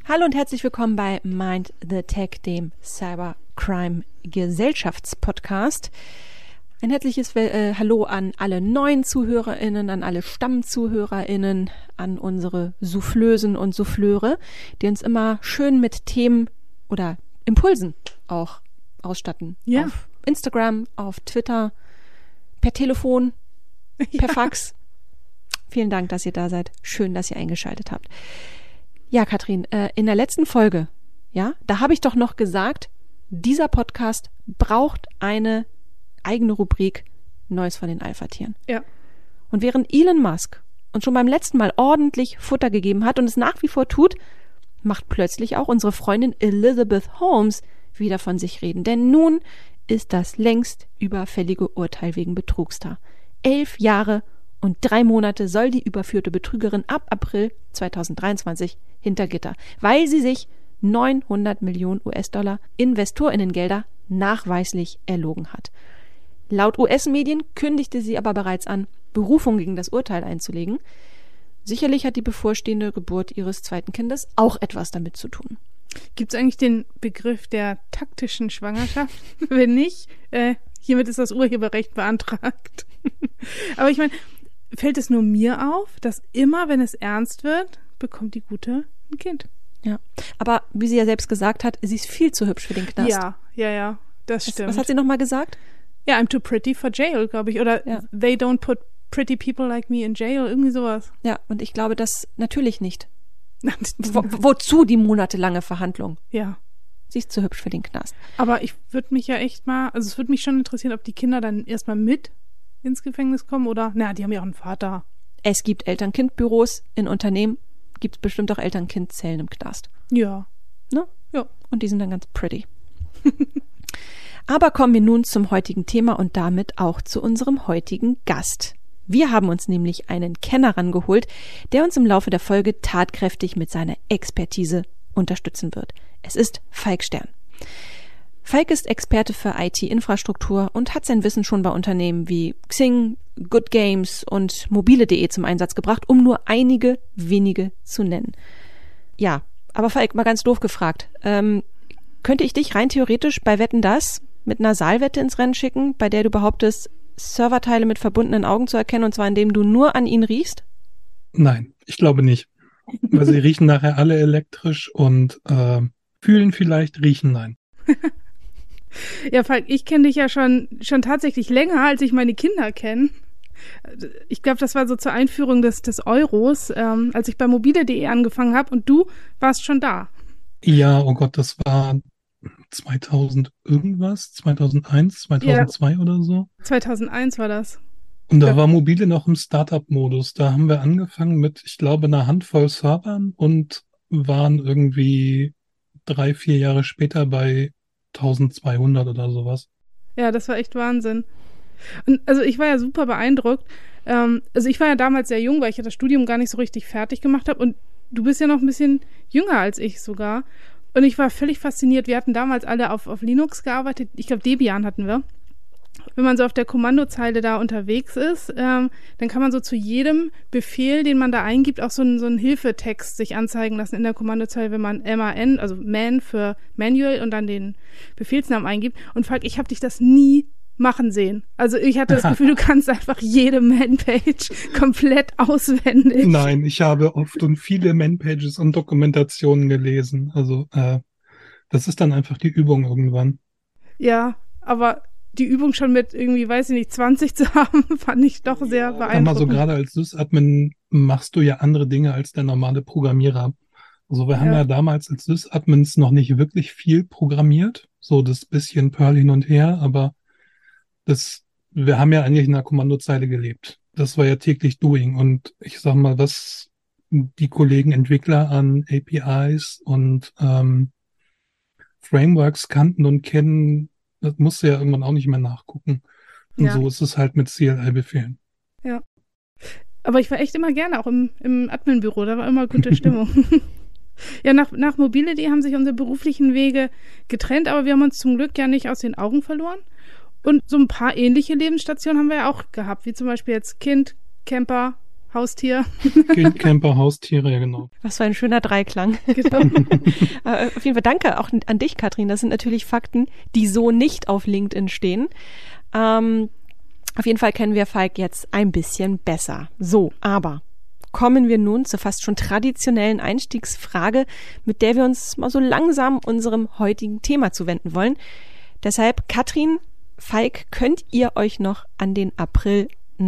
Hallo und herzlich willkommen bei Mind the Tech, dem Cybercrime Gesellschaftspodcast. Ein herzliches Hallo an alle neuen ZuhörerInnen, an alle StammzuhörerInnen, an unsere Soufflösen und Souffleure, die uns immer schön mit Themen oder Impulsen auch ausstatten. Ja. Auf Instagram, auf Twitter, per Telefon, per Fax. Vielen Dank, dass ihr da seid. Schön, dass ihr eingeschaltet habt. Ja, Katrin, in der letzten Folge, ja, da habe ich doch noch gesagt, dieser Podcast braucht eine eigene Rubrik Neues von den Alpha-Tieren. Ja. Und während Elon Musk uns schon beim letzten Mal ordentlich Futter gegeben hat und es nach wie vor tut, macht plötzlich auch unsere Freundin Elizabeth Holmes wieder von sich reden. Denn nun ist das längst überfällige Urteil wegen Betrugs da. 11 Jahre und 3 Monate soll die überführte Betrügerin ab April 2023 hinter Gitter, weil sie sich 900 Millionen US-Dollar InvestorInnengelder nachweislich erlogen hat. Laut US-Medien kündigte sie aber bereits an, Berufung gegen das Urteil einzulegen. Sicherlich hat die bevorstehende Geburt ihres zweiten Kindes auch etwas damit zu tun. Gibt es eigentlich den Begriff der taktischen Schwangerschaft? Wenn nicht, hiermit ist das Urheberrecht beantragt. Aber ich meine, fällt es nur mir auf, dass immer, wenn es ernst wird, bekommt die Gute ein Kind. Ja, aber wie sie ja selbst gesagt hat, sie ist viel zu hübsch für den Knast. Ja, das stimmt. Was hat sie nochmal gesagt? Ja, I'm too pretty for jail, glaube ich. Oder They don't put pretty people like me in jail, irgendwie sowas. Ja, und ich glaube, das natürlich nicht. Wozu die monatelange Verhandlung? Ja. Sie ist zu hübsch für den Knast. Aber ich würde mich ja echt mal, also es würde mich schon interessieren, ob die Kinder dann erstmal mit ins Gefängnis kommen oder, die haben ja auch einen Vater. Es gibt Eltern-Kind-Büros in Unternehmen, gibt es bestimmt auch Eltern-Kind-Zellen im Knast. Ja. Ne? Ja. Und die sind dann ganz pretty. Aber kommen wir nun zum heutigen Thema und damit auch zu unserem heutigen Gast. Wir haben uns nämlich einen Kenner rangeholt, der uns im Laufe der Folge tatkräftig mit seiner Expertise unterstützen wird. Es ist Falk Stern. Falk ist Experte für IT-Infrastruktur und hat sein Wissen schon bei Unternehmen wie Xing, Good Games und mobile.de zum Einsatz gebracht, um nur einige wenige zu nennen. Ja, aber Falk, mal ganz doof gefragt, könnte ich dich rein theoretisch bei Wetten, dass mit einer Saalwette ins Rennen schicken, bei der du behauptest, Serverteile mit verbundenen Augen zu erkennen, und zwar indem du nur an ihn riechst? Nein, ich glaube nicht. Weil sie riechen nachher alle elektrisch und fühlen vielleicht, riechen nein. Ja, Falk, ich kenne dich ja schon tatsächlich länger, als ich meine Kinder kenne. Ich glaube, das war so zur Einführung des Euros, als ich bei mobile.de angefangen habe und du warst schon da. Ja, oh Gott, das war 2000 irgendwas, 2001, 2002 oder so. 2001 war das. Und da war mobile noch im Startup-Modus. Da haben wir angefangen mit, ich glaube, einer Handvoll Servern und waren irgendwie 3-4 Jahre später bei 1200 oder sowas. Ja, das war echt Wahnsinn. Und also ich war ja super beeindruckt. Also ich war ja damals sehr jung, weil ich ja das Studium gar nicht so richtig fertig gemacht habe. Und du bist ja noch ein bisschen jünger als ich sogar. Und ich war völlig fasziniert. Wir hatten damals alle auf Linux gearbeitet. Ich glaube, Debian hatten wir. Wenn man so auf der Kommandozeile da unterwegs ist, dann kann man so zu jedem Befehl, den man da eingibt, auch so einen Hilfetext sich anzeigen lassen in der Kommandozeile, wenn man MAN, also Man für Manual und dann den Befehlsnamen eingibt. Und Falk, ich habe dich das nie machen sehen. Also ich hatte das Gefühl, du kannst einfach jede Man-Page komplett auswendig. Nein, ich habe oft und viele Man-Pages und Dokumentationen gelesen. Also das ist dann einfach die Übung irgendwann. Ja, aber die Übung schon mit irgendwie, weiß ich nicht, 20 zu haben, fand ich doch sehr beeindruckend. Aber so gerade als Sys-Admin machst du ja andere Dinge als der normale Programmierer. Also wir haben ja damals als Sys-Admins noch nicht wirklich viel programmiert. So das bisschen Perl hin und her, aber wir haben ja eigentlich in der Kommandozeile gelebt. Das war ja täglich Doing. Und ich sag mal, was die Kollegen Entwickler an APIs und Frameworks kannten und kennen, das musst du ja irgendwann auch nicht mehr nachgucken. Und so ist es halt mit CLI-Befehlen. Ja. Aber ich war echt immer gerne auch im Admin-Büro, da war immer gute Stimmung. Ja, nach mobile.de haben sich unsere beruflichen Wege getrennt, aber wir haben uns zum Glück ja nicht aus den Augen verloren. Und so ein paar ähnliche Lebensstationen haben wir ja auch gehabt, wie zum Beispiel jetzt Kind, Camper, Haustier. Camper, Haustiere, ja genau. Was für ein schöner Dreiklang. Genau. Auf jeden Fall danke auch an dich, Katrin. Das sind natürlich Fakten, die so nicht auf LinkedIn stehen. Auf jeden Fall kennen wir Falk jetzt ein bisschen besser. So, aber kommen wir nun zur fast schon traditionellen Einstiegsfrage, mit der wir uns mal so langsam unserem heutigen Thema zuwenden wollen. Deshalb, Katrin, Falk, könnt ihr euch noch an den April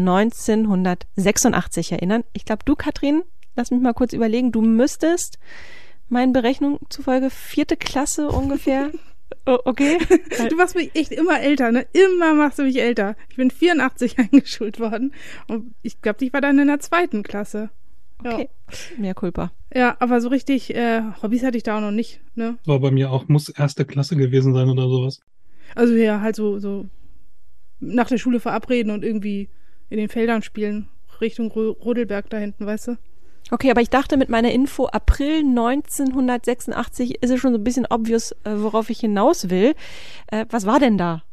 1986 erinnern? Ich glaube, du, Katrin, lass mich mal kurz überlegen, du müsstest meinen Berechnungen zufolge 4. Klasse ungefähr. Oh, okay. Du machst mich echt immer älter, ne? Immer machst du mich älter. Ich bin 84 eingeschult worden und ich glaube, ich war dann in der 2. Klasse. Ja. Okay, mehr Culpa. Ja, aber so richtig Hobbys hatte ich da auch noch nicht, ne? War bei mir auch, muss 1. Klasse gewesen sein oder sowas. Also ja, halt so nach der Schule verabreden und irgendwie in den Feldern spielen, Richtung Rodelberg da hinten, weißt du? Okay, aber ich dachte mit meiner Info April 1986 ist es schon so ein bisschen obvious, worauf ich hinaus will. Was war denn da?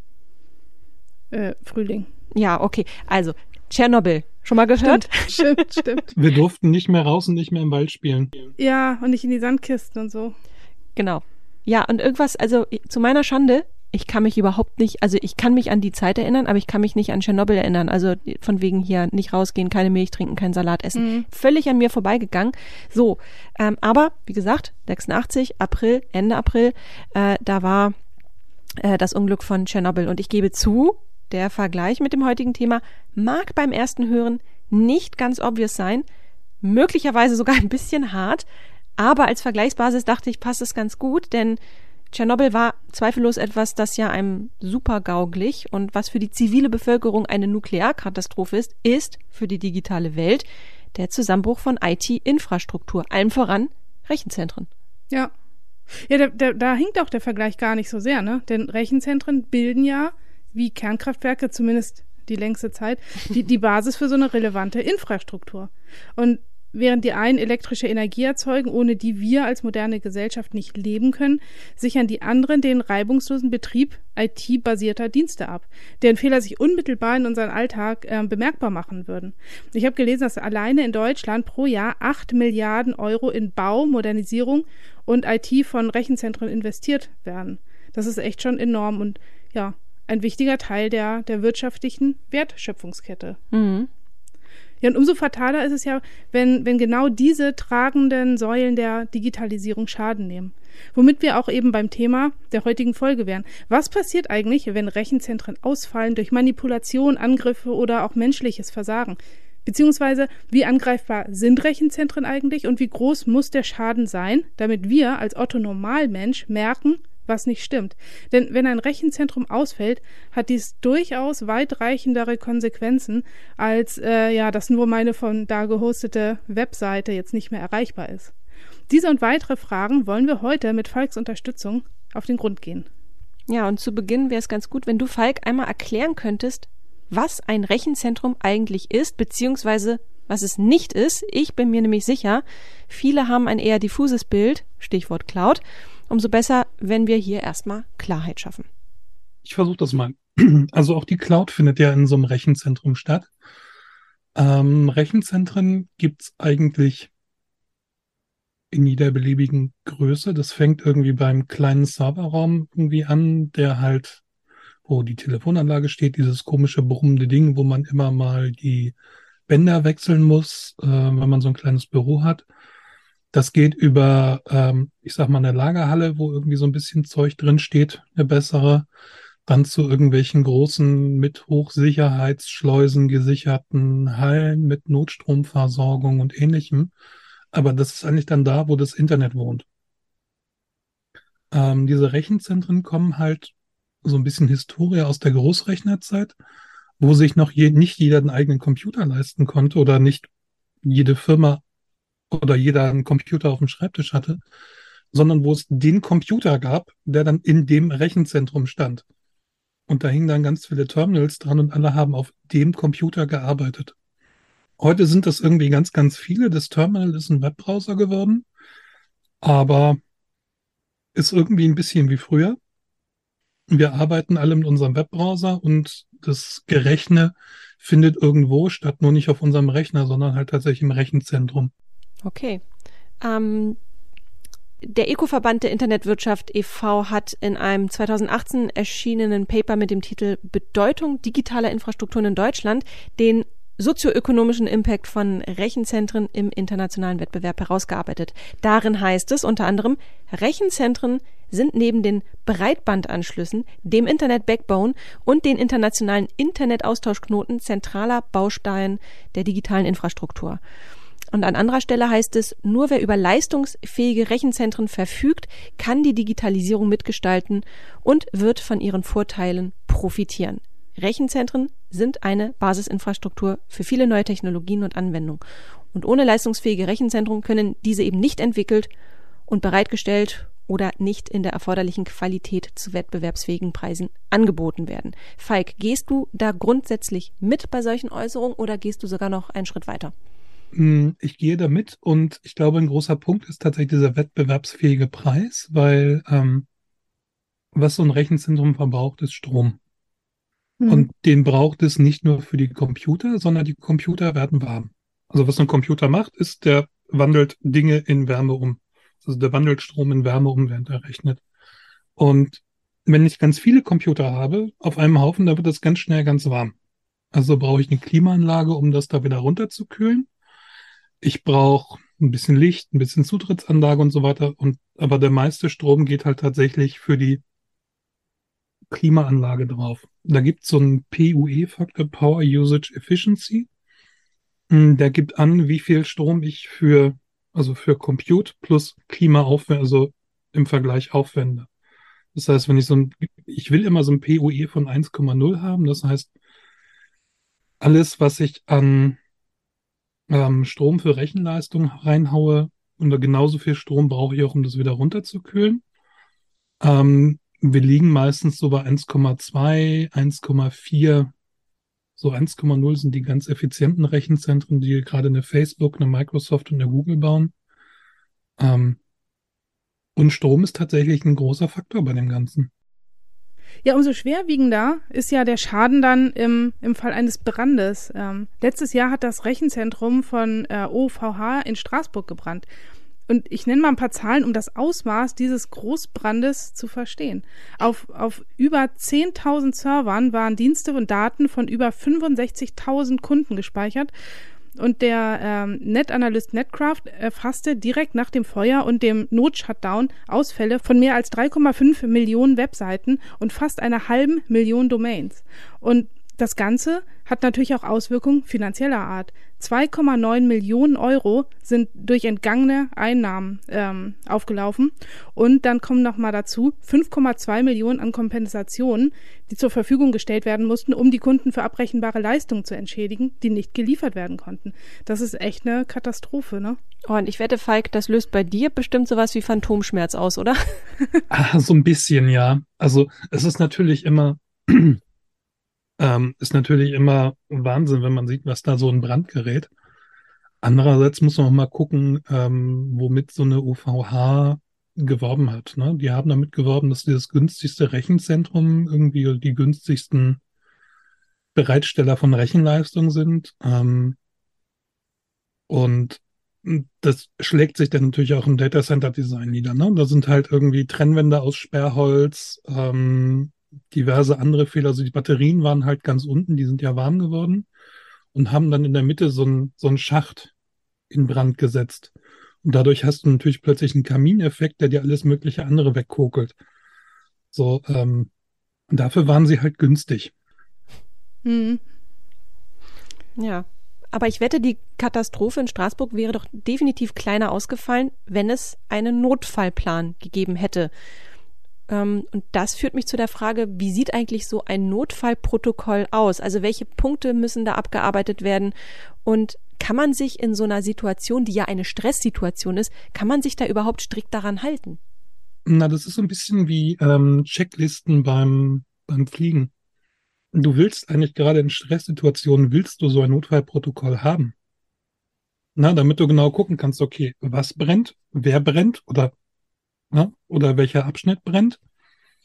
Frühling. Ja, okay. Also, Tschernobyl. Schon mal gehört? Stimmt. Wir durften nicht mehr raus und nicht mehr im Wald spielen. Ja, und nicht in die Sandkisten und so. Genau. Ja, und irgendwas, also zu meiner Schande, ich kann mich überhaupt nicht, also ich kann mich an die Zeit erinnern, aber ich kann mich nicht an Tschernobyl erinnern. Also von wegen hier nicht rausgehen, keine Milch trinken, keinen Salat essen. Völlig an mir vorbeigegangen. So, aber wie gesagt, 86, April, Ende April, da war das Unglück von Tschernobyl. Und ich gebe zu, der Vergleich mit dem heutigen Thema mag beim ersten Hören nicht ganz obvious sein, möglicherweise sogar ein bisschen hart, aber als Vergleichsbasis dachte ich, passt es ganz gut, denn Tschernobyl war zweifellos etwas, das ja einem Super-GAU glich und was für die zivile Bevölkerung eine Nuklearkatastrophe ist für die digitale Welt der Zusammenbruch von IT-Infrastruktur, allem voran Rechenzentren. Ja. Ja, da hinkt auch der Vergleich gar nicht so sehr, ne? Denn Rechenzentren bilden ja, wie Kernkraftwerke zumindest die längste Zeit, die Basis für so eine relevante Infrastruktur. Und während die einen elektrische Energie erzeugen, ohne die wir als moderne Gesellschaft nicht leben können, sichern die anderen den reibungslosen Betrieb IT-basierter Dienste ab, deren Fehler sich unmittelbar in unseren Alltag bemerkbar machen würden. Ich habe gelesen, dass alleine in Deutschland pro Jahr 8 Milliarden Euro in Bau, Modernisierung und IT von Rechenzentren investiert werden. Das ist echt schon enorm und ja, ein wichtiger Teil der wirtschaftlichen Wertschöpfungskette. Mhm. Ja, und umso fataler ist es ja, wenn genau diese tragenden Säulen der Digitalisierung Schaden nehmen. Womit wir auch eben beim Thema der heutigen Folge wären. Was passiert eigentlich, wenn Rechenzentren ausfallen durch Manipulation, Angriffe oder auch menschliches Versagen? Beziehungsweise, wie angreifbar sind Rechenzentren eigentlich und wie groß muss der Schaden sein, damit wir als Otto-Normalmensch merken, was nicht stimmt. Denn wenn ein Rechenzentrum ausfällt, hat dies durchaus weitreichendere Konsequenzen, als dass nur meine von da gehostete Webseite jetzt nicht mehr erreichbar ist. Diese und weitere Fragen wollen wir heute mit Falks Unterstützung auf den Grund gehen. Ja, und zu Beginn wäre es ganz gut, wenn du, Falk, einmal erklären könntest, was ein Rechenzentrum eigentlich ist, beziehungsweise was es nicht ist. Ich bin mir nämlich sicher, viele haben ein eher diffuses Bild, Stichwort Cloud. Umso besser, wenn wir hier erstmal Klarheit schaffen. Ich versuche das mal. Also auch die Cloud findet ja in so einem Rechenzentrum statt. Rechenzentren gibt's eigentlich in jeder beliebigen Größe. Das fängt irgendwie beim kleinen Serverraum irgendwie an, der halt, wo die Telefonanlage steht, dieses komische brummende Ding, wo man immer mal die Bänder wechseln muss, wenn man so ein kleines Büro hat. Das geht über, ich sag mal, eine Lagerhalle, wo irgendwie so ein bisschen Zeug drin steht, eine bessere. Dann zu irgendwelchen großen, mit Hochsicherheitsschleusen gesicherten Hallen mit Notstromversorgung und Ähnlichem. Aber das ist eigentlich dann da, wo das Internet wohnt. Diese Rechenzentren kommen halt so ein bisschen Historie aus der Großrechnerzeit, wo sich noch nicht jeder einen eigenen Computer leisten konnte oder nicht jede Firma oder jeder einen Computer auf dem Schreibtisch hatte, sondern wo es den Computer gab, der dann in dem Rechenzentrum stand. Und da hingen dann ganz viele Terminals dran und alle haben auf dem Computer gearbeitet. Heute sind das irgendwie ganz, ganz viele. Das Terminal ist ein Webbrowser geworden, aber ist irgendwie ein bisschen wie früher. Wir arbeiten alle mit unserem Webbrowser und das Gerechne findet irgendwo statt, nur nicht auf unserem Rechner, sondern halt tatsächlich im Rechenzentrum. Okay. Der Eco-Verband der Internetwirtschaft e.V. hat in einem 2018 erschienenen Paper mit dem Titel Bedeutung digitaler Infrastrukturen in Deutschland den sozioökonomischen Impact von Rechenzentren im internationalen Wettbewerb herausgearbeitet. Darin heißt es unter anderem, Rechenzentren sind neben den Breitbandanschlüssen, dem Internet-Backbone und den internationalen Internetaustauschknoten zentraler Baustein der digitalen Infrastruktur. Und an anderer Stelle heißt es, nur wer über leistungsfähige Rechenzentren verfügt, kann die Digitalisierung mitgestalten und wird von ihren Vorteilen profitieren. Rechenzentren sind eine Basisinfrastruktur für viele neue Technologien und Anwendungen. Und ohne leistungsfähige Rechenzentren können diese eben nicht entwickelt und bereitgestellt oder nicht in der erforderlichen Qualität zu wettbewerbsfähigen Preisen angeboten werden. Falk, gehst du da grundsätzlich mit bei solchen Äußerungen oder gehst du sogar noch einen Schritt weiter? Ich gehe da mit und ich glaube, ein großer Punkt ist tatsächlich dieser wettbewerbsfähige Preis, weil was so ein Rechenzentrum verbraucht, ist Strom. Und den braucht es nicht nur für die Computer, sondern die Computer werden warm. Also was ein Computer macht, ist, der wandelt Dinge in Wärme um. Also der wandelt Strom in Wärme um, während er rechnet. Und wenn ich ganz viele Computer habe auf einem Haufen, dann wird das ganz schnell ganz warm. Also brauche ich eine Klimaanlage, um das da wieder runterzukühlen. Ich brauche ein bisschen Licht, ein bisschen Zutrittsanlage und so weiter. Aber der meiste Strom geht halt tatsächlich für die Klimaanlage drauf. Da gibt es so einen PUE-Faktor, Power Usage Efficiency. Der gibt an, wie viel Strom ich für Compute plus Klima aufwende, also im Vergleich aufwende. Das heißt, ich will immer so ein PUE von 1,0 haben. Das heißt, alles, was ich an Strom für Rechenleistung reinhaue, und genauso viel Strom brauche ich auch, um das wieder runterzukühlen. Wir liegen meistens so bei 1,2, 1,4. So 1,0 sind die ganz effizienten Rechenzentren, die gerade eine Facebook, eine Microsoft und eine Google bauen. Und Strom ist tatsächlich ein großer Faktor bei dem Ganzen. Ja, umso schwerwiegender ist ja der Schaden dann im Fall eines Brandes. Letztes Jahr hat das Rechenzentrum von OVH in Straßburg gebrannt. Und ich nenne mal ein paar Zahlen, um das Ausmaß dieses Großbrandes zu verstehen. Auf über 10.000 Servern waren Dienste und Daten von über 65.000 Kunden gespeichert. Und der NetAnalyst Netcraft erfasste direkt nach dem Feuer und dem Not-Shutdown Ausfälle von mehr als 3,5 Millionen Webseiten und fast 500.000 Domains. Und das Ganze hat natürlich auch Auswirkungen finanzieller Art. 2,9 Millionen Euro sind durch entgangene Einnahmen aufgelaufen. Und dann kommen nochmal dazu 5,2 Millionen an Kompensationen, die zur Verfügung gestellt werden mussten, um die Kunden für abrechenbare Leistungen zu entschädigen, die nicht geliefert werden konnten. Das ist echt eine Katastrophe, ne? Oh, und ich wette, Falk, das löst bei dir bestimmt sowas wie Phantomschmerz aus, oder? So ein bisschen, ja. Also es ist natürlich immer Wahnsinn, wenn man sieht, was da so in Brand gerät. Andererseits muss man auch mal gucken, womit so eine UVH geworben hat. Ne? Die haben damit geworben, dass sie das günstigste Rechenzentrum irgendwie oder die günstigsten Bereitsteller von Rechenleistung sind. Und das schlägt sich dann natürlich auch im Data Center Design nieder. Ne? Da sind halt irgendwie Trennwände aus Sperrholz, diverse andere Fehler. Also die Batterien waren halt ganz unten, die sind ja warm geworden und haben dann in der Mitte so einen Schacht in Brand gesetzt. Und dadurch hast du natürlich plötzlich einen Kamineffekt, der dir alles mögliche andere wegkokelt. So, dafür waren sie halt günstig. Mhm. Ja, aber ich wette, die Katastrophe in Straßburg wäre doch definitiv kleiner ausgefallen, wenn es einen Notfallplan gegeben hätte. Und das führt mich zu der Frage, wie sieht eigentlich so ein Notfallprotokoll aus? Also welche Punkte müssen da abgearbeitet werden? Und kann man sich in so einer Situation, die ja eine Stresssituation ist, kann man sich da überhaupt strikt daran halten? Na, das ist so ein bisschen wie Checklisten beim Fliegen. Du willst eigentlich gerade in Stresssituationen, willst du so ein Notfallprotokoll haben? Na, damit du genau gucken kannst, okay, was brennt, wer brennt oder welcher Abschnitt brennt.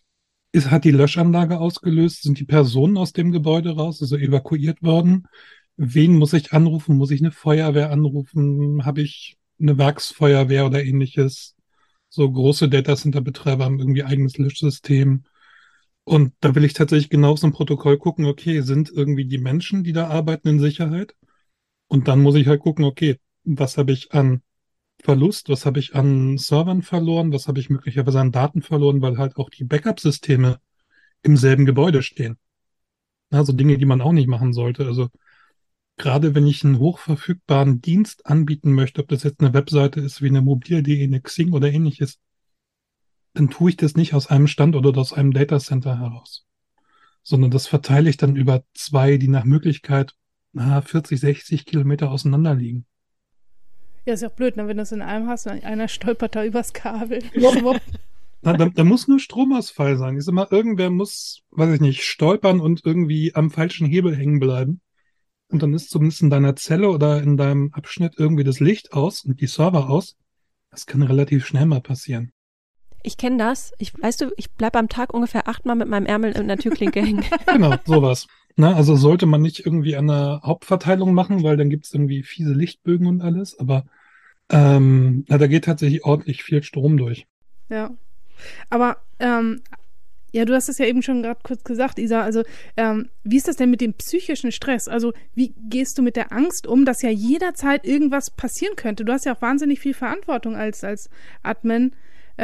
Hat die Löschanlage ausgelöst? Sind die Personen aus dem Gebäude raus, also evakuiert worden? Wen muss ich anrufen? Muss ich eine Feuerwehr anrufen? Habe ich eine Werksfeuerwehr oder ähnliches? So große Datacenter-Betreiber haben irgendwie eigenes Löschsystem. Und da will ich tatsächlich genau auf so ein Protokoll gucken, okay, sind irgendwie die Menschen, die da arbeiten, in Sicherheit? Und dann muss ich halt gucken, okay, was habe ich an Verlust, was habe ich an Servern verloren, was habe ich möglicherweise an Daten verloren, weil halt auch die Backup-Systeme im selben Gebäude stehen. Also Dinge, die man auch nicht machen sollte. Also gerade wenn ich einen hochverfügbaren Dienst anbieten möchte, ob das jetzt eine Webseite ist wie eine mobil.de, eine Xing oder ähnliches, dann tue ich das nicht aus einem Standort oder aus einem Datacenter heraus, sondern das verteile ich dann über zwei, die nach Möglichkeit 40, 60 Kilometer auseinander liegen. Ja, ist ja auch blöd, ne? Wenn du es in einem hast und einer stolpert da übers Kabel. Da muss nur Stromausfall sein. Ich sag mal, irgendwer muss, weiß ich nicht, stolpern und irgendwie am falschen Hebel hängen bleiben. Und dann ist zumindest in deiner Zelle oder in deinem Abschnitt irgendwie das Licht aus und die Server aus. Das kann relativ schnell mal passieren. Ich kenne das. Weißt du, ich bleibe am Tag ungefähr 8-mal mit meinem Ärmel in der Türklinke hängen. Genau, sowas. Na, also sollte man nicht irgendwie eine Hauptverteilung machen, weil dann gibt es irgendwie fiese Lichtbögen und alles. Aber da geht tatsächlich ordentlich viel Strom durch. Ja. Aber, ja, du hast es ja eben schon gerade kurz gesagt, Isa. Also, wie ist das denn mit dem psychischen Stress? Also, wie gehst du mit der Angst um, dass ja jederzeit irgendwas passieren könnte? Du hast ja auch wahnsinnig viel Verantwortung als Admin.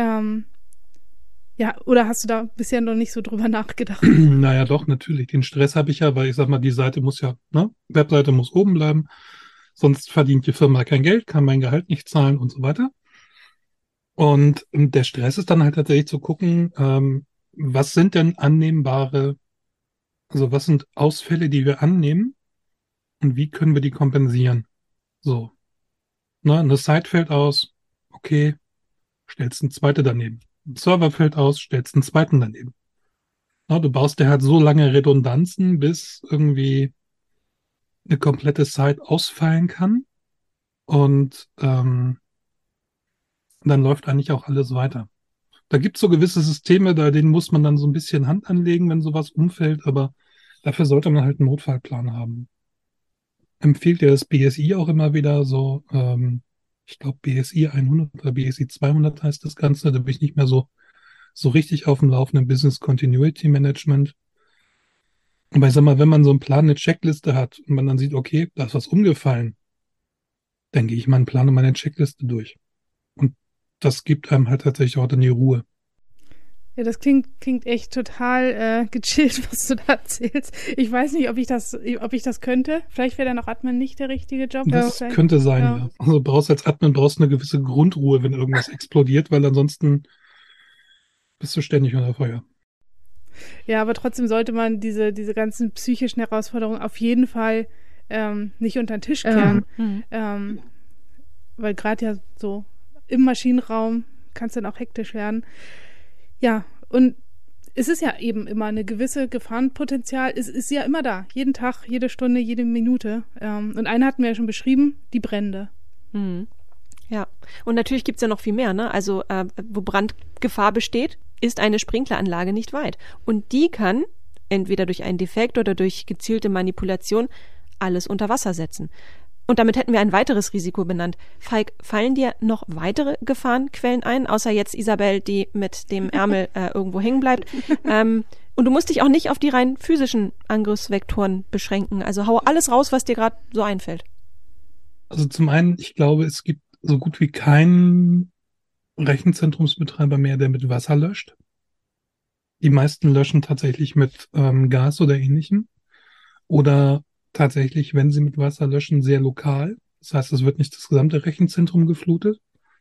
Ja, oder hast du da bisher noch nicht so drüber nachgedacht? Naja, doch, natürlich. Den Stress habe ich ja, weil ich sag mal, die Seite muss ja, ne? Webseite muss oben bleiben. Sonst verdient die Firma kein Geld, kann mein Gehalt nicht zahlen und so weiter. Und der Stress ist dann halt tatsächlich zu gucken, was sind denn annehmbare, also was sind Ausfälle, die wir annehmen und wie können wir die kompensieren? So, ne, eine Site fällt aus, okay, stellst eine zweite daneben. Ein Server fällt aus, stellst einen zweiten daneben. Na, du baust dir halt so lange Redundanzen, bis irgendwie eine komplette Site ausfallen kann und dann läuft eigentlich auch alles weiter. Da gibt es so gewisse Systeme, da denen muss man dann so ein bisschen Hand anlegen, wenn sowas umfällt, aber dafür sollte man halt einen Notfallplan haben. Empfiehlt ja das BSI auch immer wieder so, ich glaube BSI 100 oder BSI 200 heißt das Ganze, da bin ich nicht mehr so richtig auf dem Laufenden, Business Continuity Management. Aber ich sag mal, wenn man so einen Plan, eine Checkliste hat und man dann sieht, okay, da ist was umgefallen, dann gehe ich meinen Plan und meine Checkliste durch. Und das gibt einem halt tatsächlich auch dann die Ruhe. Ja, das klingt echt total gechillt, was du da erzählst. Ich weiß nicht, ob ich das könnte. Vielleicht wäre dann auch Admin nicht der richtige Job. Das könnte sein, ja. ja. Also brauchst als Admin eine gewisse Grundruhe, wenn irgendwas explodiert, weil ansonsten bist du ständig unter Feuer. Ja, aber trotzdem sollte man diese ganzen psychischen Herausforderungen auf jeden Fall nicht unter den Tisch kehren. Weil gerade ja so im Maschinenraum kann es dann auch hektisch werden. Ja, und es ist ja eben immer eine gewisse Gefahrenpotenzial. Es ist ja immer da. Jeden Tag, jede Stunde, jede Minute. Und eine hatten wir ja schon beschrieben, die Brände. Ja, und natürlich gibt's ja noch viel mehr, ne? Also, wo Brandgefahr besteht, ist eine Sprinkleranlage nicht weit. Und die kann, entweder durch einen Defekt oder durch gezielte Manipulation, alles unter Wasser setzen. Und damit hätten wir ein weiteres Risiko benannt. Falk, fallen dir noch weitere Gefahrenquellen ein, außer jetzt Isabel, die mit dem Ärmel irgendwo hängen bleibt? Und du musst dich auch nicht auf die rein physischen Angriffsvektoren beschränken. Also hau alles raus, was dir gerade so einfällt. Also zum einen, ich glaube, es gibt so gut wie keinen Rechenzentrumsbetreiber mehr, der mit Wasser löscht. Die meisten löschen tatsächlich mit Gas oder ähnlichem. Oder tatsächlich, wenn sie mit Wasser löschen, sehr lokal. Das heißt, es wird nicht das gesamte Rechenzentrum geflutet.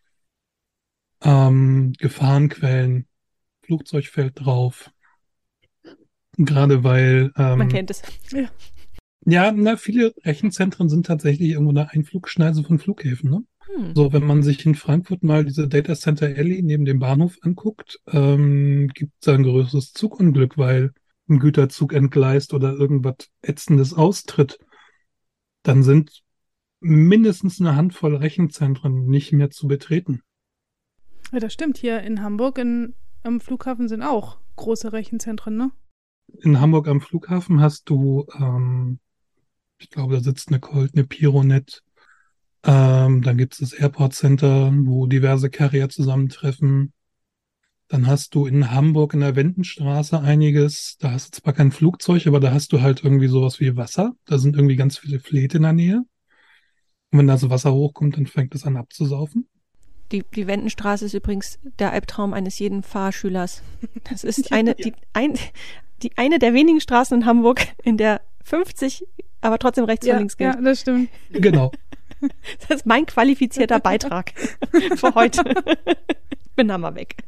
Gefahrenquellen, Flugzeug fällt drauf. Gerade weil Man kennt es. ja, viele Rechenzentren sind tatsächlich irgendwo eine Einflugschneise von Flughäfen, ne? So, wenn man sich in Frankfurt mal diese Data Center Alley neben dem Bahnhof anguckt, gibt es ein größeres Zugunglück, weil ein Güterzug entgleist oder irgendwas Ätzendes austritt, dann sind mindestens eine Handvoll Rechenzentren nicht mehr zu betreten. Ja, das stimmt. Hier in Hamburg am Flughafen sind auch große Rechenzentren, ne? In Hamburg am Flughafen hast du, ich glaube, da sitzt eine Colt, eine Pironet. Dann gibt es das Airport Center, wo diverse Carrier zusammentreffen. Dann hast du in Hamburg in der Wendenstraße einiges. Da hast du zwar kein Flugzeug, aber da hast du halt irgendwie sowas wie Wasser. Da sind irgendwie ganz viele Fläte in der Nähe. Und wenn da so Wasser hochkommt, dann fängt es an abzusaufen. Die Wendenstraße ist übrigens der Albtraum eines jeden Fahrschülers. Das ist eine der wenigen Straßen in Hamburg, in der 50, aber trotzdem rechts vor links gilt. Ja, das stimmt. Genau. Das ist mein qualifizierter Beitrag für heute. Bin da mal weg.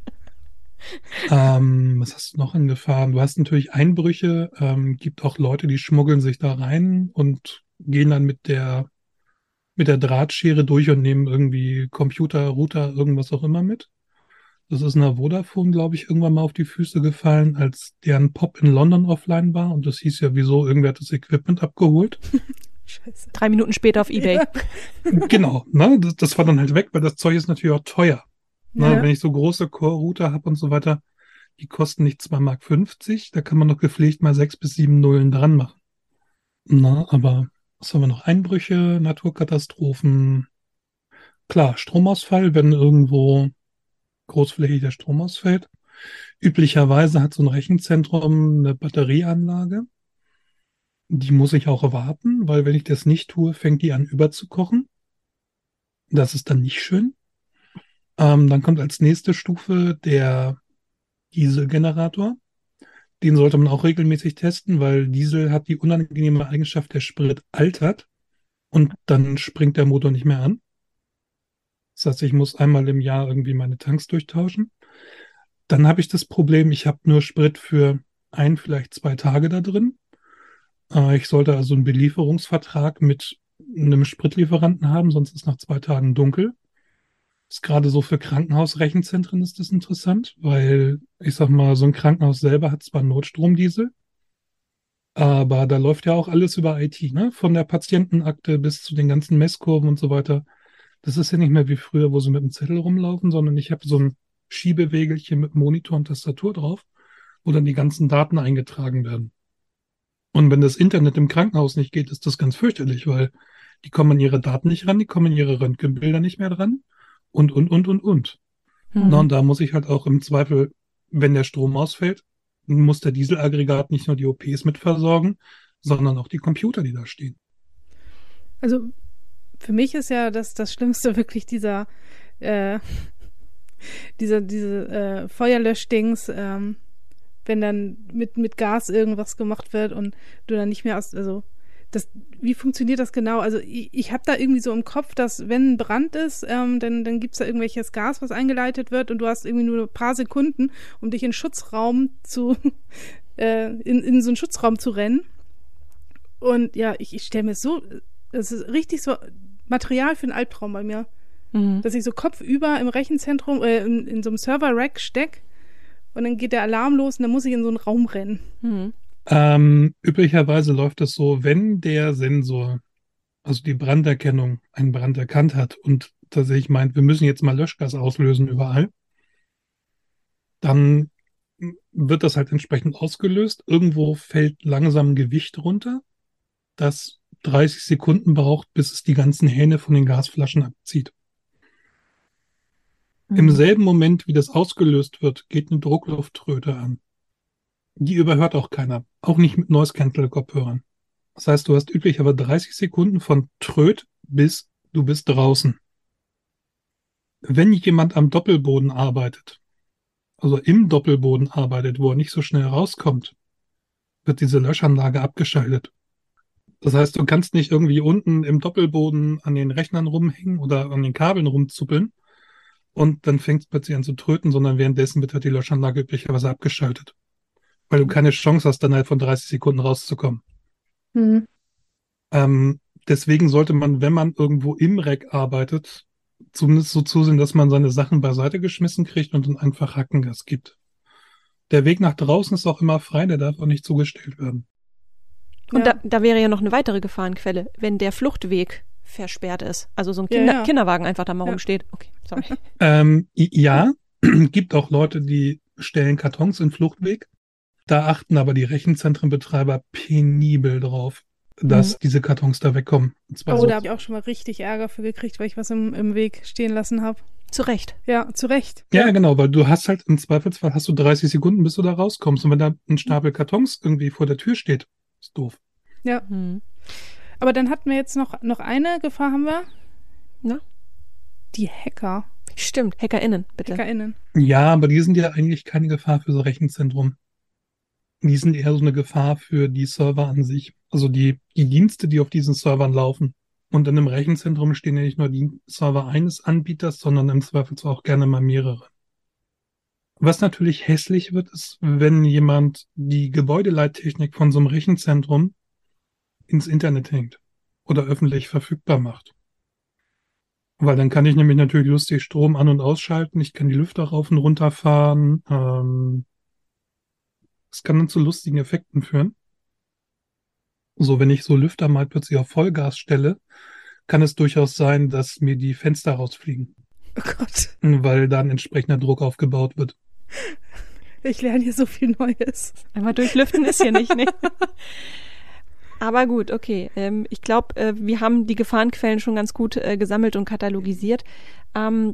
Was hast du noch in Gefahren? Du hast natürlich Einbrüche. Gibt auch Leute, die schmuggeln sich da rein und gehen dann mit der Drahtschere durch und nehmen irgendwie Computer, Router, irgendwas auch immer mit. Das ist einer Vodafone, glaube ich, irgendwann mal auf die Füße gefallen, als deren Pop in London offline war. Und das hieß ja, wieso, irgendwer hat das Equipment abgeholt. Scheiße. 3 Minuten später auf eBay. Ja. Genau, ne? Das war dann halt weg, weil das Zeug ist natürlich auch teuer. Ne? Ja. Wenn ich so große Core-Router habe und so weiter, die kosten nicht 2,50 Mark, da kann man doch gepflegt mal 6 bis 7 Nullen dran machen. Na, aber was haben wir noch? Einbrüche, Naturkatastrophen. Klar, Stromausfall, wenn irgendwo großflächig der Strom ausfällt. Üblicherweise hat so ein Rechenzentrum eine Batterieanlage. Die muss ich auch warten, weil wenn ich das nicht tue, fängt die an überzukochen. Das ist dann nicht schön. Dann kommt als nächste Stufe der Dieselgenerator. Den sollte man auch regelmäßig testen, weil Diesel hat die unangenehme Eigenschaft, der Sprit altert und dann springt der Motor nicht mehr an. Das heißt, ich muss einmal im Jahr irgendwie meine Tanks durchtauschen. Dann habe ich das Problem, ich habe nur Sprit für vielleicht 2 Tage da drin. Ich sollte also einen Belieferungsvertrag mit einem Spritlieferanten haben, sonst ist nach 2 Tagen dunkel. Das ist gerade so für Krankenhausrechenzentren ist das interessant, weil ich sag mal, so ein Krankenhaus selber hat zwar Notstromdiesel, aber da läuft ja auch alles über IT, ne? Von der Patientenakte bis zu den ganzen Messkurven und so weiter. Das ist ja nicht mehr wie früher, wo sie mit dem Zettel rumlaufen, sondern ich habe so ein Schiebewegelchen mit Monitor und Tastatur drauf, wo dann die ganzen Daten eingetragen werden. Und wenn das Internet im Krankenhaus nicht geht, ist das ganz fürchterlich, weil die kommen an ihre Daten nicht ran, die kommen an ihre Röntgenbilder nicht mehr dran und. Na, und da muss ich halt auch im Zweifel, wenn der Strom ausfällt, muss der Dieselaggregat nicht nur die OPs mit versorgen, sondern auch die Computer, die da stehen. Also für mich ist ja das Schlimmste wirklich diese Feuerlöschdings, wenn dann mit Gas irgendwas gemacht wird und du dann nicht mehr wie funktioniert das genau? Also ich habe da irgendwie so im Kopf, dass wenn ein Brand ist, dann gibt es da irgendwelches Gas, was eingeleitet wird und du hast irgendwie nur ein paar Sekunden, um dich in Schutzraum in so einen Schutzraum zu rennen. Und ja, ich stelle mir so, das ist richtig so Material für einen Albtraum bei mir. Mhm. Dass ich so kopfüber im Rechenzentrum, in so einem Server-Rack stecke und dann geht der Alarm los und dann muss ich in so einen Raum rennen. Mhm. Üblicherweise läuft es so, wenn der Sensor, also die Branderkennung, einen Brand erkannt hat und tatsächlich meint, wir müssen jetzt mal Löschgas auslösen überall, dann wird das halt entsprechend ausgelöst. Irgendwo fällt langsam Gewicht runter, das 30 Sekunden braucht, bis es die ganzen Hähne von den Gasflaschen abzieht. Im selben Moment, wie das ausgelöst wird, geht eine Drucklufttröte an. Die überhört auch keiner, auch nicht mit Noise-Cancel-Kopfhörern. Das heißt, du hast üblicherweise 30 Sekunden von Tröt bis du bist draußen. Wenn jemand am Doppelboden arbeitet, also im Doppelboden arbeitet, wo er nicht so schnell rauskommt, wird diese Löschanlage abgeschaltet. Das heißt, du kannst nicht irgendwie unten im Doppelboden an den Rechnern rumhängen oder an den Kabeln rumzuppeln und dann fängt es plötzlich an zu tröten, sondern währenddessen wird halt die Löschanlage üblicherweise abgeschaltet. Weil du keine Chance hast, dann halt von 30 Sekunden rauszukommen. Mhm. Deswegen sollte man, wenn man irgendwo im Rack arbeitet, zumindest so zusehen, dass man seine Sachen beiseite geschmissen kriegt und dann einfach Hackengas gibt. Der Weg nach draußen ist auch immer frei, der darf auch nicht zugestellt werden. Und Ja. da wäre ja noch eine weitere Gefahrenquelle, wenn der Fluchtweg versperrt ist. Also so ein Ja, ja. Kinderwagen einfach da mal Ja. rumsteht. Okay, sorry. Ja, gibt auch Leute, die stellen Kartons in Fluchtweg. Da achten aber die Rechenzentrenbetreiber penibel drauf, dass diese Kartons da wegkommen. Und zwar Oh, so. da habe ich auch schon mal richtig Ärger für gekriegt, weil ich was im Weg stehen lassen habe. Zu Recht. Ja, zu Recht. Ja, genau, weil du hast halt im Zweifelsfall hast du 30 Sekunden, bis du da rauskommst. Und wenn da ein Stapel Kartons irgendwie vor der Tür steht, ist doof. Ja. Aber dann hatten wir jetzt noch eine Gefahr, haben wir? Na? Die Hacker. Stimmt, HackerInnen, bitte. HackerInnen. Ja, aber die sind ja eigentlich keine Gefahr für so Rechenzentrum. Die sind eher so eine Gefahr für die Server an sich. Also die Dienste, die auf diesen Servern laufen. Und in einem Rechenzentrum stehen ja nicht nur die Server eines Anbieters, sondern im Zweifelsfall auch gerne mal mehrere. Was natürlich hässlich wird, ist, wenn jemand die Gebäudeleittechnik von so einem Rechenzentrum ins Internet hängt oder öffentlich verfügbar macht. Weil dann kann ich nämlich natürlich lustig Strom an- und ausschalten. Ich kann die Lüfter rauf und runter fahren. Das kann dann zu lustigen Effekten führen. So, wenn ich so Lüfter mal plötzlich auf Vollgas stelle, kann es durchaus sein, dass mir die Fenster rausfliegen, Oh Gott, weil da ein entsprechender Druck aufgebaut wird. ich lerne hier so viel Neues. Einmal durchlüften ist hier nicht, ne? Aber gut, okay. Ich glaube, wir haben die Gefahrenquellen schon ganz gut gesammelt und katalogisiert. Kommen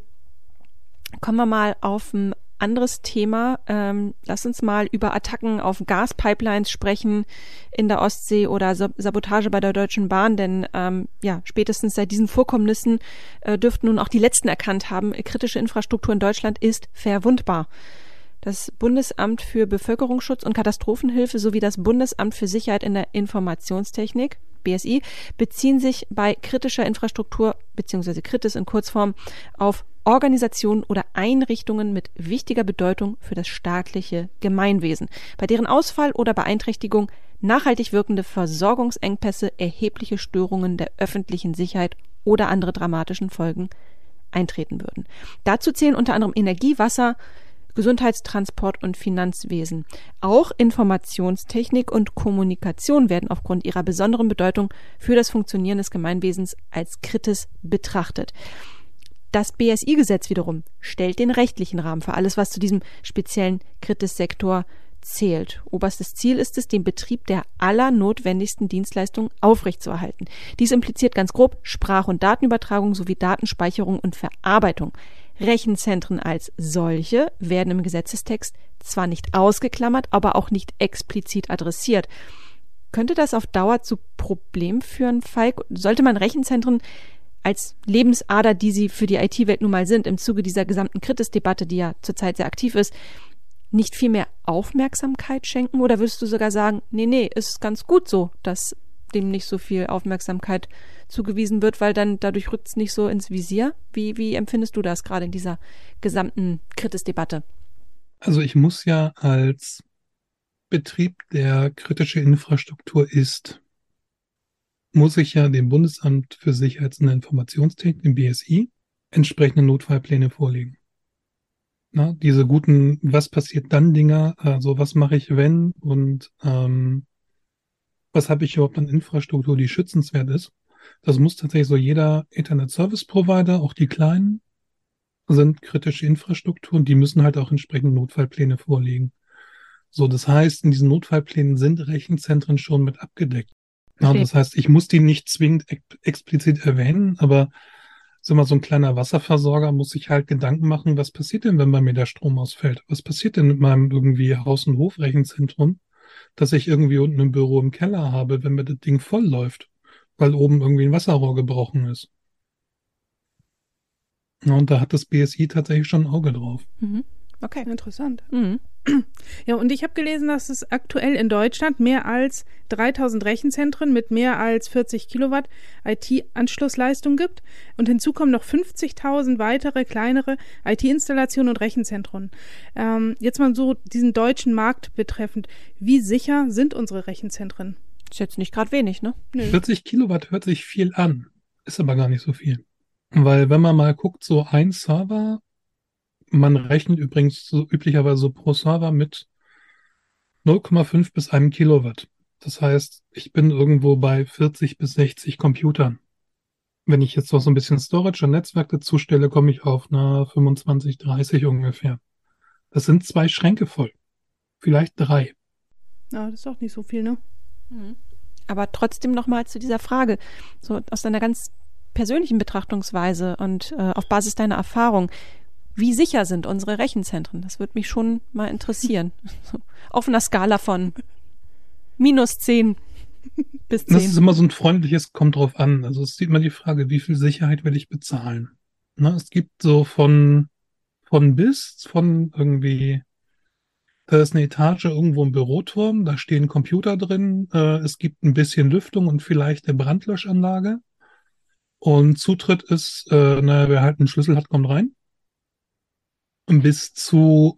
wir mal auf ein anderes Thema. Lass uns mal über Attacken auf Gaspipelines sprechen in der Ostsee oder Sabotage bei der Deutschen Bahn, denn spätestens seit diesen Vorkommnissen dürften nun auch die Letzten erkannt haben, kritische Infrastruktur in Deutschland ist verwundbar. Das Bundesamt für Bevölkerungsschutz und Katastrophenhilfe sowie das Bundesamt für Sicherheit in der Informationstechnik, BSI, beziehen sich bei kritischer Infrastruktur bzw. Kritis in Kurzform auf Organisationen oder Einrichtungen mit wichtiger Bedeutung für das staatliche Gemeinwesen, bei deren Ausfall oder Beeinträchtigung nachhaltig wirkende Versorgungsengpässe, erhebliche Störungen der öffentlichen Sicherheit oder andere dramatischen Folgen eintreten würden. Dazu zählen unter anderem Energie, Wasser, Gesundheitstransport und Finanzwesen. Auch Informationstechnik und Kommunikation werden aufgrund ihrer besonderen Bedeutung für das Funktionieren des Gemeinwesens als Kritis betrachtet. Das BSI-Gesetz wiederum stellt den rechtlichen Rahmen für alles, was zu diesem speziellen Kritis-Sektor zählt. Oberstes Ziel ist es, den Betrieb der allernotwendigsten Dienstleistungen aufrechtzuerhalten. Dies impliziert ganz grob Sprach- und Datenübertragung sowie Datenspeicherung und Verarbeitung. Rechenzentren als solche werden im Gesetzestext zwar nicht ausgeklammert, aber auch nicht explizit adressiert. Könnte das auf Dauer zu Problemen führen, Falk? Sollte man Rechenzentren als Lebensader, die sie für die IT-Welt nun mal sind, im Zuge dieser gesamten Kritis-Debatte, die ja zurzeit sehr aktiv ist, nicht viel mehr Aufmerksamkeit schenken? Oder würdest du sogar sagen, nee, ist ganz gut so, dass dem nicht so viel Aufmerksamkeit zugewiesen wird, weil dann dadurch rückt es nicht so ins Visier? Wie empfindest du das gerade in dieser gesamten Kritis-Debatte? Also ich muss ja als Betrieb, der kritische Infrastruktur ist, muss ich ja dem Bundesamt für Sicherheits- und Informationstechnik, dem BSI, entsprechende Notfallpläne vorlegen. Na, diese guten, was passiert dann Dinger, also was mache ich wenn und was habe ich überhaupt an Infrastruktur, die schützenswert ist. Das muss tatsächlich so jeder Internet-Service-Provider, auch die kleinen, sind kritische Infrastrukturen, die müssen halt auch entsprechende Notfallpläne vorlegen. So, das heißt, in diesen Notfallplänen sind Rechenzentren schon mit abgedeckt. Ja, das heißt, ich muss die nicht zwingend explizit erwähnen, aber sag mal, so ein kleiner Wasserversorger muss sich halt Gedanken machen, was passiert denn, wenn bei mir der Strom ausfällt? Was passiert denn mit meinem irgendwie Haus- und Hofrechenzentrum, dass ich irgendwie unten im Büro im Keller habe, wenn mir das Ding voll läuft, weil oben irgendwie ein Wasserrohr gebrochen ist? Ja, und da hat das BSI tatsächlich schon ein Auge drauf. Okay. Interessant. Mhm. Ja, und ich habe gelesen, dass es aktuell in Deutschland mehr als 3000 Rechenzentren mit mehr als 40 Kilowatt IT-Anschlussleistung gibt. Und hinzu kommen noch 50.000 weitere kleinere IT-Installationen und Rechenzentren. Jetzt mal so diesen deutschen Markt betreffend. Wie sicher sind unsere Rechenzentren? Ist jetzt nicht gerade wenig, ne? Nö. 40 Kilowatt hört sich viel an, ist aber gar nicht so viel. Weil wenn man mal guckt, so ein Server, man rechnet übrigens so üblicherweise so pro Server mit 0,5 bis 1 Kilowatt. Das heißt, ich bin irgendwo bei 40 bis 60 Computern. Wenn ich jetzt noch so ein bisschen Storage und Netzwerk dazu stelle, komme ich auf eine 25, 30 ungefähr. Das sind 2 Schränke voll. Vielleicht 3. Ja, das ist auch nicht so viel, ne? Mhm. Aber trotzdem nochmal zu dieser Frage, so aus deiner ganz persönlichen Betrachtungsweise und auf Basis deiner Erfahrung, wie sicher sind unsere Rechenzentren? Das würde mich schon mal interessieren. So, auf einer Skala von -10 bis 10. Das ist immer so ein freundliches, kommt drauf an. Also es ist immer die Frage, wie viel Sicherheit will ich bezahlen? Ne, es gibt so von irgendwie, da ist eine Etage irgendwo im Büroturm, da stehen Computer drin, es gibt ein bisschen Lüftung und vielleicht eine Brandlöschanlage. Und Zutritt ist, naja, wer halt einen Schlüssel hat, kommt rein. Bis zu,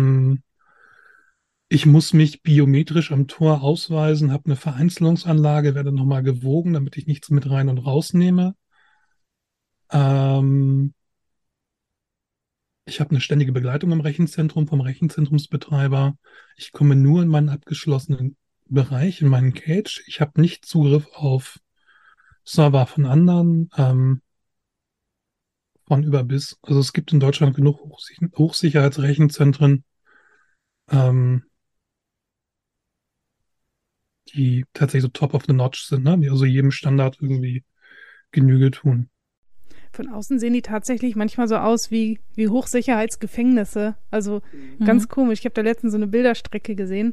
ich muss mich biometrisch am Tor ausweisen, habe eine Vereinzelungsanlage, werde nochmal gewogen, damit ich nichts mit rein und rausnehme. Ähm, Ich habe eine ständige Begleitung im Rechenzentrum vom Rechenzentrumsbetreiber. Ich komme nur in meinen abgeschlossenen Bereich, in meinen Cage. Ich habe nicht Zugriff auf Server von anderen, von über bis. Also es gibt in Deutschland genug Hochsicherheitsrechenzentren, ähm, die tatsächlich so top of the notch sind, ne? Die also jedem Standard irgendwie Genüge tun. Von außen sehen die tatsächlich manchmal so aus wie Hochsicherheitsgefängnisse. Also ganz komisch. Ich habe da letztens so eine Bilderstrecke gesehen.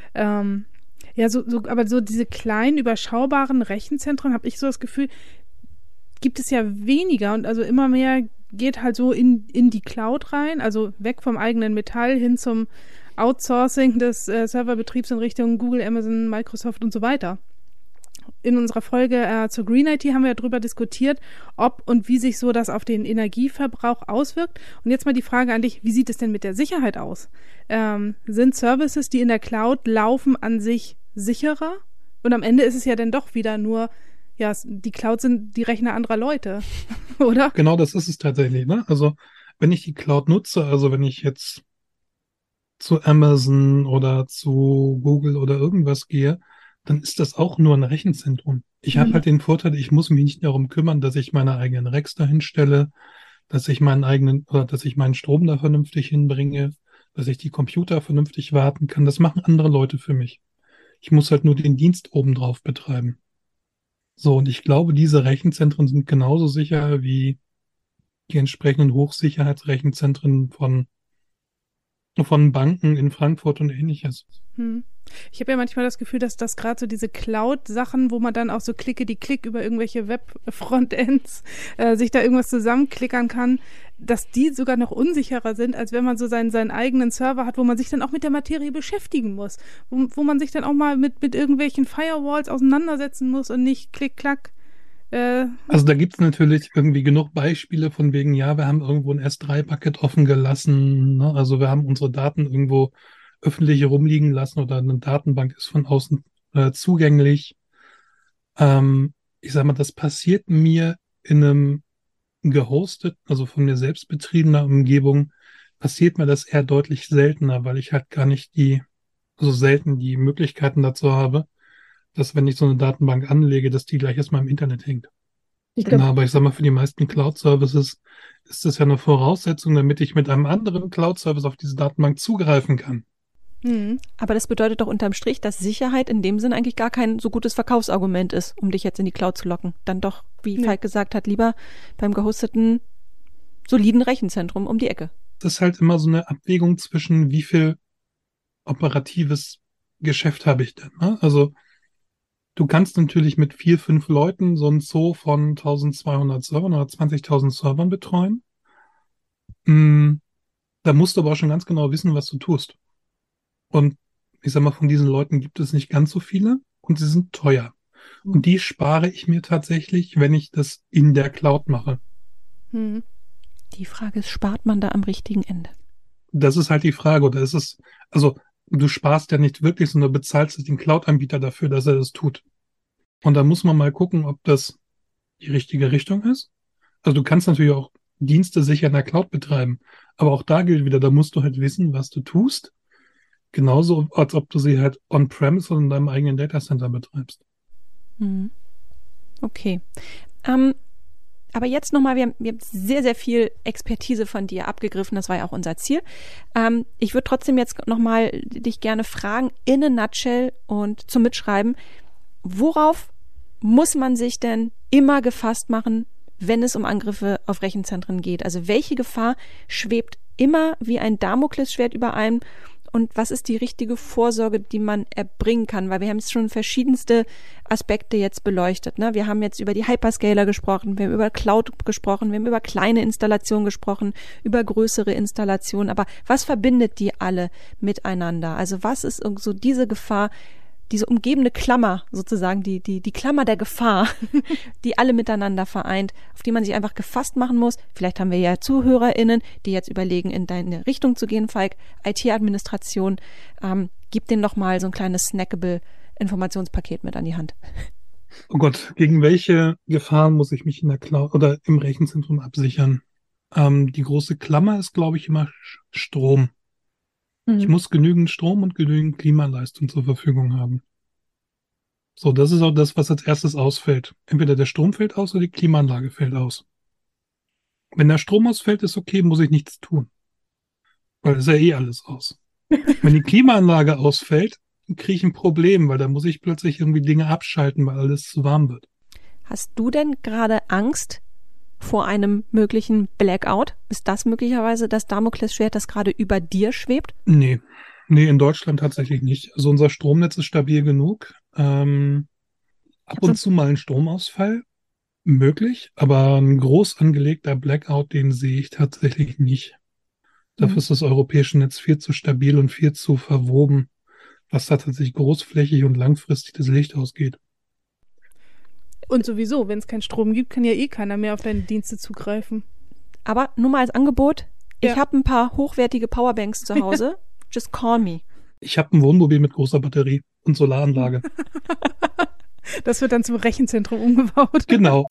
Ja, aber so diese kleinen, überschaubaren Rechenzentren, habe ich so das Gefühl, gibt es ja weniger. Und also immer mehr geht halt so in die Cloud rein, also weg vom eigenen Metall hin zum Outsourcing des Serverbetriebs in Richtung Google, Amazon, Microsoft und so weiter. In unserer Folge zur Green IT haben wir ja darüber diskutiert, ob und wie sich so das auf den Energieverbrauch auswirkt. Und jetzt mal die Frage an dich, wie sieht es denn mit der Sicherheit aus? Sind Services, die in der Cloud laufen, an sich sicherer? Und am Ende ist es ja dann doch wieder nur, ja, die Cloud sind die Rechner anderer Leute, oder? Genau, das ist es tatsächlich, ne? Also wenn ich die Cloud nutze, also wenn ich jetzt zu Amazon oder zu Google oder irgendwas gehe, dann ist das auch nur ein Rechenzentrum. Ich habe halt den Vorteil, ich muss mich nicht darum kümmern, dass ich meine eigenen Racks dahin stelle, dass ich meinen eigenen oder dass ich meinen Strom da vernünftig hinbringe, dass ich die Computer vernünftig warten kann. Das machen andere Leute für mich. Ich muss halt nur den Dienst obendrauf betreiben. So, und ich glaube, diese Rechenzentren sind genauso sicher wie die entsprechenden Hochsicherheitsrechenzentren von Banken in Frankfurt und ähnliches. Ich habe ja manchmal das Gefühl, dass das gerade so diese Cloud-Sachen, wo man dann auch so Klicke-die-Klick über irgendwelche Web-Frontends sich da irgendwas zusammenklickern kann, dass die sogar noch unsicherer sind, als wenn man so seinen eigenen Server hat, wo man sich dann auch mit der Materie beschäftigen muss, wo man sich dann auch mal mit irgendwelchen Firewalls auseinandersetzen muss und nicht Klick-Klack. Also da gibt es natürlich irgendwie genug Beispiele von wegen, ja, wir haben irgendwo ein S3-Bucket offen gelassen, ne? Also wir haben unsere Daten irgendwo öffentlich rumliegen lassen oder eine Datenbank ist von außen zugänglich. Ich sag mal, das passiert mir in einem also von mir selbst betriebener Umgebung, passiert mir das eher deutlich seltener, weil ich halt gar nicht also selten die Möglichkeiten dazu habe, dass wenn ich so eine Datenbank anlege, dass die gleich erstmal im Internet hängt. Aber ich sag mal, für die meisten Cloud-Services ist das ja eine Voraussetzung, damit ich mit einem anderen Cloud-Service auf diese Datenbank zugreifen kann. Aber das bedeutet doch unterm Strich, dass Sicherheit in dem Sinn eigentlich gar kein so gutes Verkaufsargument ist, um dich jetzt in die Cloud zu locken. Dann doch, wie Falk gesagt hat, lieber beim gehosteten, soliden Rechenzentrum um die Ecke. Das ist halt immer so eine Abwägung zwischen, wie viel operatives Geschäft habe ich denn, ne? Also du kannst natürlich mit 4, 5 Leuten so ein Zoo von 1200 Servern oder 20.000 Servern betreuen. Da musst du aber auch schon ganz genau wissen, was du tust. Und ich sag mal, von diesen Leuten gibt es nicht ganz so viele und sie sind teuer. Und die spare ich mir tatsächlich, wenn ich das in der Cloud mache. Die Frage ist, spart man da am richtigen Ende? Das ist halt die Frage. Oder ist es, also du sparst ja nicht wirklich, sondern bezahlst den Cloud-Anbieter dafür, dass er das tut. Und da muss man mal gucken, ob das die richtige Richtung ist. Also du kannst natürlich auch Dienste sicher in der Cloud betreiben. Aber auch da gilt wieder, da musst du halt wissen, was du tust. Genauso, als ob du sie halt on-premise oder in deinem eigenen Datacenter betreibst. Okay. Aber jetzt nochmal, wir haben sehr, sehr viel Expertise von dir abgegriffen, das war ja auch unser Ziel. Ich würde trotzdem jetzt nochmal dich gerne fragen, in a nutshell und zum Mitschreiben, worauf muss man sich denn immer gefasst machen, wenn es um Angriffe auf Rechenzentren geht? Also welche Gefahr schwebt immer wie ein Damoklesschwert über einem? Und was ist die richtige Vorsorge, die man erbringen kann? Weil wir haben jetzt schon verschiedenste Aspekte jetzt beleuchtet. Ne? Wir haben jetzt über die Hyperscaler gesprochen, wir haben über Cloud gesprochen, wir haben über kleine Installationen gesprochen, über größere Installationen. Aber was verbindet die alle miteinander? Also was ist so diese Gefahr, diese umgebende Klammer sozusagen, die Klammer der Gefahr, die alle miteinander vereint, auf die man sich einfach gefasst machen muss. Vielleicht haben wir ja ZuhörerInnen, die jetzt überlegen, in deine Richtung zu gehen, Falk. IT-Administration, gib denen doch mal so ein kleines snackable Informationspaket mit an die Hand. Oh Gott, gegen welche Gefahren muss ich mich in der Cloud oder im Rechenzentrum absichern? Die große Klammer ist, glaube ich, immer Strom. Ich muss genügend Strom und genügend Klimaleistung zur Verfügung haben. So, das ist auch das, was als erstes ausfällt. Entweder der Strom fällt aus oder die Klimaanlage fällt aus. Wenn der Strom ausfällt, ist okay, muss ich nichts tun. Weil es ist ja eh alles aus. Wenn die Klimaanlage ausfällt, kriege ich ein Problem, weil da muss ich plötzlich irgendwie Dinge abschalten, weil alles zu warm wird. Hast du denn gerade Angst vor einem möglichen Blackout? Ist das möglicherweise das Damoklesschwert, das gerade über dir schwebt? Nee, in Deutschland tatsächlich nicht. Also unser Stromnetz ist stabil genug. Ab und zu mal ein Stromausfall möglich, aber ein groß angelegter Blackout, den sehe ich tatsächlich nicht. Dafür ist das europäische Netz viel zu stabil und viel zu verwoben, was da tatsächlich großflächig und langfristig das Licht ausgeht. Und sowieso, wenn es keinen Strom gibt, kann ja eh keiner mehr auf deine Dienste zugreifen. Aber nur mal als Angebot, ich habe ein paar hochwertige Powerbanks zu Hause. Just call me. Ich habe ein Wohnmobil mit großer Batterie und Solaranlage. Das wird dann zum Rechenzentrum umgebaut. Genau.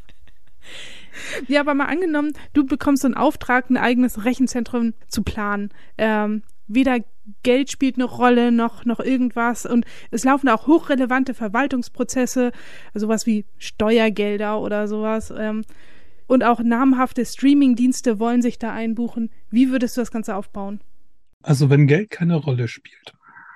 Ja, aber mal angenommen, du bekommst so einen Auftrag, ein eigenes Rechenzentrum zu planen. Weder Geld spielt eine Rolle, noch irgendwas. Und es laufen auch hochrelevante Verwaltungsprozesse, sowas wie Steuergelder oder sowas. Und auch namhafte Streaming-Dienste wollen sich da einbuchen. Wie würdest du das Ganze aufbauen? Also wenn Geld keine Rolle spielt.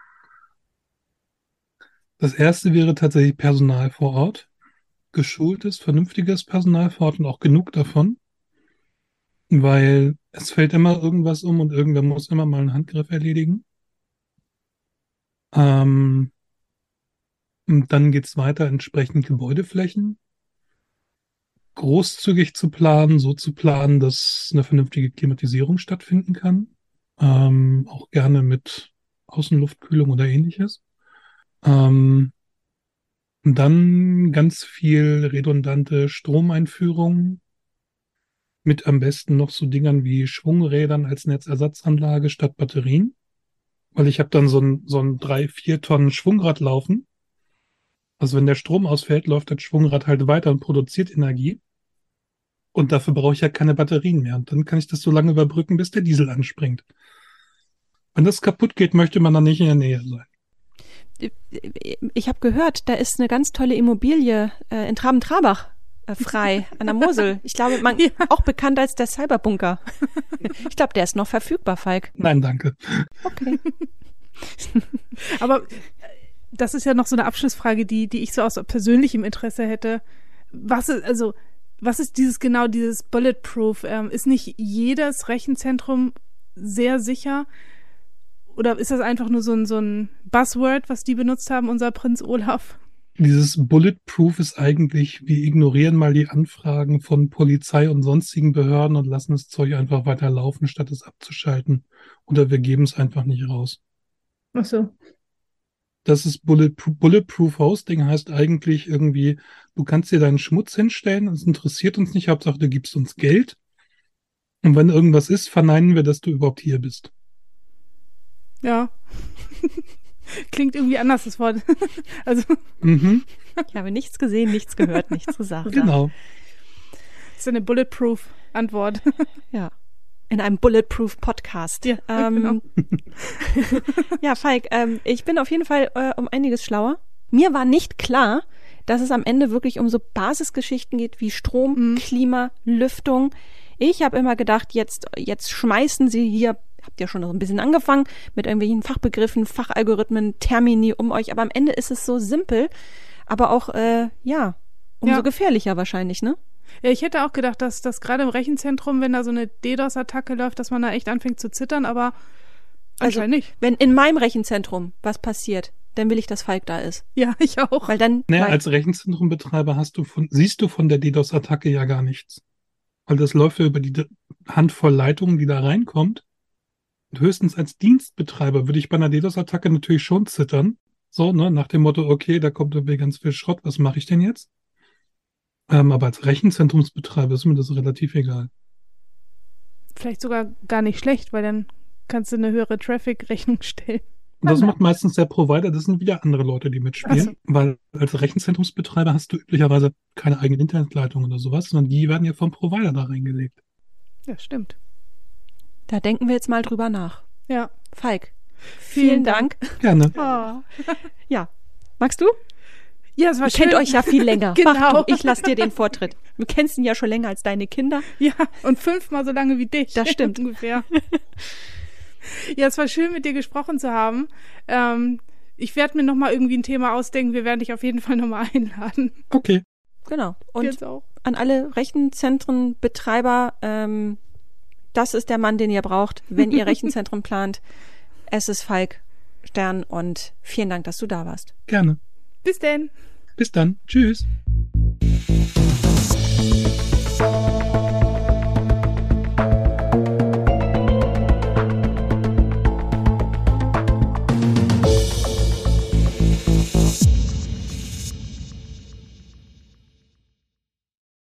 Das erste wäre tatsächlich Personal vor Ort. Geschultes, vernünftiges Personal vor Ort und auch genug davon. Weil es fällt immer irgendwas um und irgendwer muss immer mal einen Handgriff erledigen. Und dann geht es weiter, entsprechend Gebäudeflächen großzügig zu planen, so zu planen, dass eine vernünftige Klimatisierung stattfinden kann. Auch gerne mit Außenluftkühlung oder ähnliches. Und dann ganz viel redundante Stromeinführung mit am besten noch so Dingern wie Schwungrädern als Netzersatzanlage statt Batterien. Weil ich habe dann so ein 3-4 Tonnen Schwungrad laufen. Also wenn der Strom ausfällt, läuft das Schwungrad halt weiter und produziert Energie. Und dafür brauche ich ja keine Batterien mehr. Und dann kann ich das so lange überbrücken, bis der Diesel anspringt. Wenn das kaputt geht, möchte man dann nicht in der Nähe sein. Ich habe gehört, da ist eine ganz tolle Immobilie in Traben-Trabach frei an der Mosel. Ich glaube, auch bekannt als der Cyberbunker. Ich glaube, der ist noch verfügbar, Falk. Nein, danke. Okay. Aber das ist ja noch so eine Abschlussfrage, die ich so aus persönlichem Interesse hätte. Was ist dieses Bulletproof? Ist nicht jedes Rechenzentrum sehr sicher? Oder ist das einfach nur so ein Buzzword, was die benutzt haben, unser Prinz Olaf? Dieses Bulletproof ist eigentlich, wir ignorieren mal die Anfragen von Polizei und sonstigen Behörden und lassen das Zeug einfach weiterlaufen, statt es abzuschalten. Oder wir geben es einfach nicht raus. Ach so. Das ist Bulletproof Hosting, heißt eigentlich irgendwie, du kannst dir deinen Schmutz hinstellen, es interessiert uns nicht, Hauptsache du gibst uns Geld. Und wenn irgendwas ist, verneinen wir, dass du überhaupt hier bist. Ja. Klingt irgendwie anders, das Wort. Also. Ich habe nichts gesehen, nichts gehört, nichts gesagt. Genau. Das ist eine Bulletproof-Antwort. Ja. In einem Bulletproof-Podcast. Ja, genau. Ja, Falk, ich bin auf jeden Fall um einiges schlauer. Mir war nicht klar, dass es am Ende wirklich um so Basisgeschichten geht wie Strom, Klima, Lüftung. Ich habe immer gedacht, jetzt schmeißen sie hier, habt ihr schon noch ein bisschen angefangen, mit irgendwelchen Fachbegriffen, Fachalgorithmen, Termini um euch, aber am Ende ist es so simpel, aber auch, umso gefährlicher wahrscheinlich, ne? Ja, ich hätte auch gedacht, dass das gerade im Rechenzentrum, wenn da so eine DDoS-Attacke läuft, dass man da echt anfängt zu zittern, aber anscheinend nicht. Wenn in meinem Rechenzentrum was passiert, dann will ich, dass Falk da ist. Ja, ich auch. Weil dann. Als Rechenzentrumbetreiber siehst du von der DDoS-Attacke ja gar nichts. Weil das läuft ja über die Handvoll Leitungen, die da reinkommt. Und höchstens als Dienstbetreiber würde ich bei einer DDoS-Attacke natürlich schon zittern. So, ne, nach dem Motto, okay, da kommt irgendwie ganz viel Schrott, was mache ich denn jetzt? Aber als Rechenzentrumsbetreiber ist mir das relativ egal. Vielleicht sogar gar nicht schlecht, weil dann kannst du eine höhere Traffic-Rechnung stellen. Das macht meistens der Provider, das sind wieder andere Leute, die mitspielen, weil als Rechenzentrumsbetreiber hast du üblicherweise keine eigene Internetleitung oder sowas, sondern die werden ja vom Provider da reingelegt. Ja, stimmt. Da denken wir jetzt mal drüber nach. Ja. Falk, vielen Dank. Gerne. Oh. Ja. Magst du? Ja, es war Ihr kennt euch ja viel länger. Genau. Mach du, ich lass dir den Vortritt. Du kennst ihn ja schon länger als deine Kinder. Ja, und 5-mal so lange wie dich. Das stimmt. Ungefähr. Ja, es war schön, mit dir gesprochen zu haben. Ich werde mir nochmal irgendwie ein Thema ausdenken. Wir werden dich auf jeden Fall nochmal einladen. Okay. Genau. Und Jetzt auch. an alle Rechenzentrenbetreiber, das ist der Mann, den ihr braucht, wenn ihr Rechenzentren plant. Es ist Falk Stern und vielen Dank, dass du da warst. Gerne. Bis denn. Bis dann. Tschüss.